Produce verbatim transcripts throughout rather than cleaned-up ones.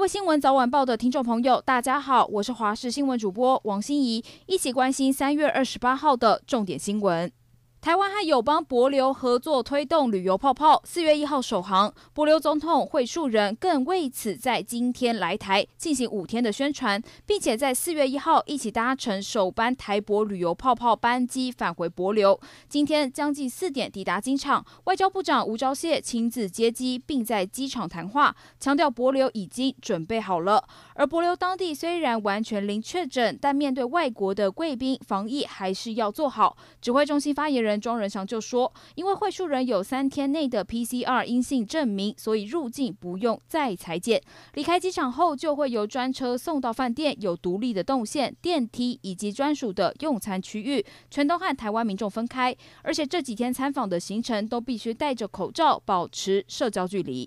位新闻早晚报的听众朋友，大家好，我是华视新闻主播王心怡，一起关心三月二十八号的重点新闻。台湾和友邦帛琉合作推动旅游泡泡，四月一号首航。帛琉总统惠恕仁更为此在今天来台进行五天的宣传，并且在四月一号一起搭乘首班台帛旅游泡泡班机返回帛琉。今天将近四点抵达机场，外交部长吴钊燮亲自接机，并在机场谈话，强调帛琉已经准备好了。而帛琉当地虽然完全零确诊，但面对外国的贵宾，防疫还是要做好。指挥中心发言人庄仁祥就说，因为惠恕仁有三天内的 P C R 阴性证明，所以入境不用再采检。离开机场后，就会由专车送到饭店，有独立的动线、电梯以及专属的用餐区域，全都和台湾民众分开。而且这几天参访的行程都必须戴着口罩，保持社交距离。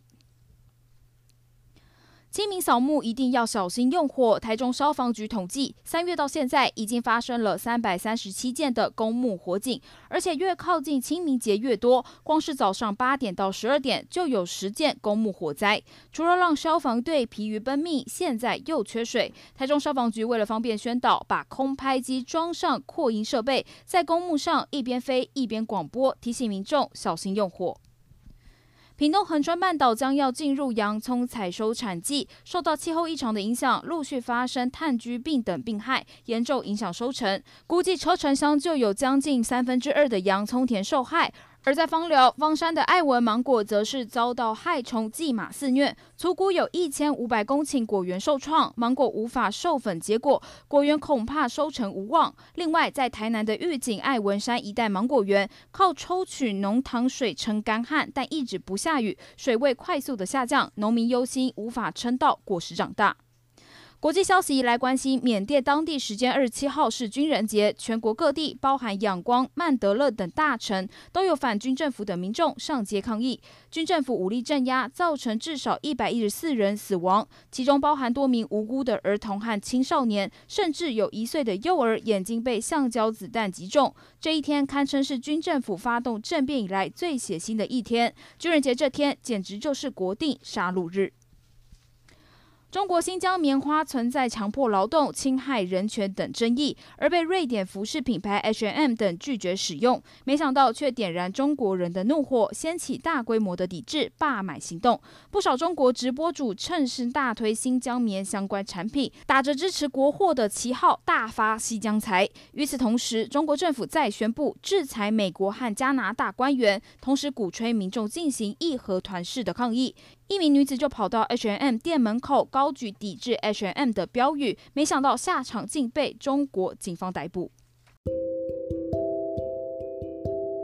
清明扫墓一定要小心用火。台中消防局统计，三月到现在已经发生了三百三十七件的公墓火警，而且越靠近清明节越多。光是早上八点到十二点就有十件公墓火灾。除了让消防队疲于奔命，现在又缺水。台中消防局为了方便宣导，把空拍机装上扩音设备，在公墓上一边飞一边广播，提醒民众小心用火。屏东恒春半岛将要进入洋葱采收产季，受到气候异常的影响，陆续发生炭疽病等病害，严重影响收成。估计车城乡就有将近三分之二的洋葱田受害。而在芳寮、芳山的爱文芒果则是遭到害虫蓟马肆虐，粗估有一千五百公顷果园受创，芒果无法授粉结果，果园恐怕收成无望。另外，在台南的玉井爱文山一带芒果园，靠抽取浓糖水撑干旱，但一直不下雨，水位快速的下降，农民忧心无法撑到果实长大。国际消息来关心，缅甸当地时间二十七号是军人节，全国各地包含仰光、曼德勒等大城都有反军政府的民众上街抗议。军政府武力镇压，造成至少一百一十四人死亡，其中包含多名无辜的儿童和青少年，甚至有一岁的幼儿眼睛被橡胶子弹击中。这一天堪称是军政府发动政变以来最血腥的一天。军人节这天简直就是国定杀戮日。中国新疆棉花存在强迫劳动、侵害人权等争议，而被瑞典服饰品牌 H and M 等拒绝使用，没想到却点燃中国人的怒火，掀起大规模的抵制罢买行动。不少中国直播主趁势大推新疆棉相关产品，打着支持国货的旗号大发西疆财。与此同时，中国政府再宣布制裁美国和加拿大官员，同时鼓吹民众进行义和团式的抗议。一名女子就跑到 H and M 店门口，高举抵制 H and M 的标语，没想到下场竟被中国警方逮捕。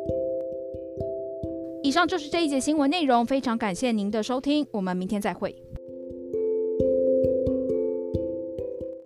以上就是这一节新闻内容，非常感谢您的收听，我们明天再会。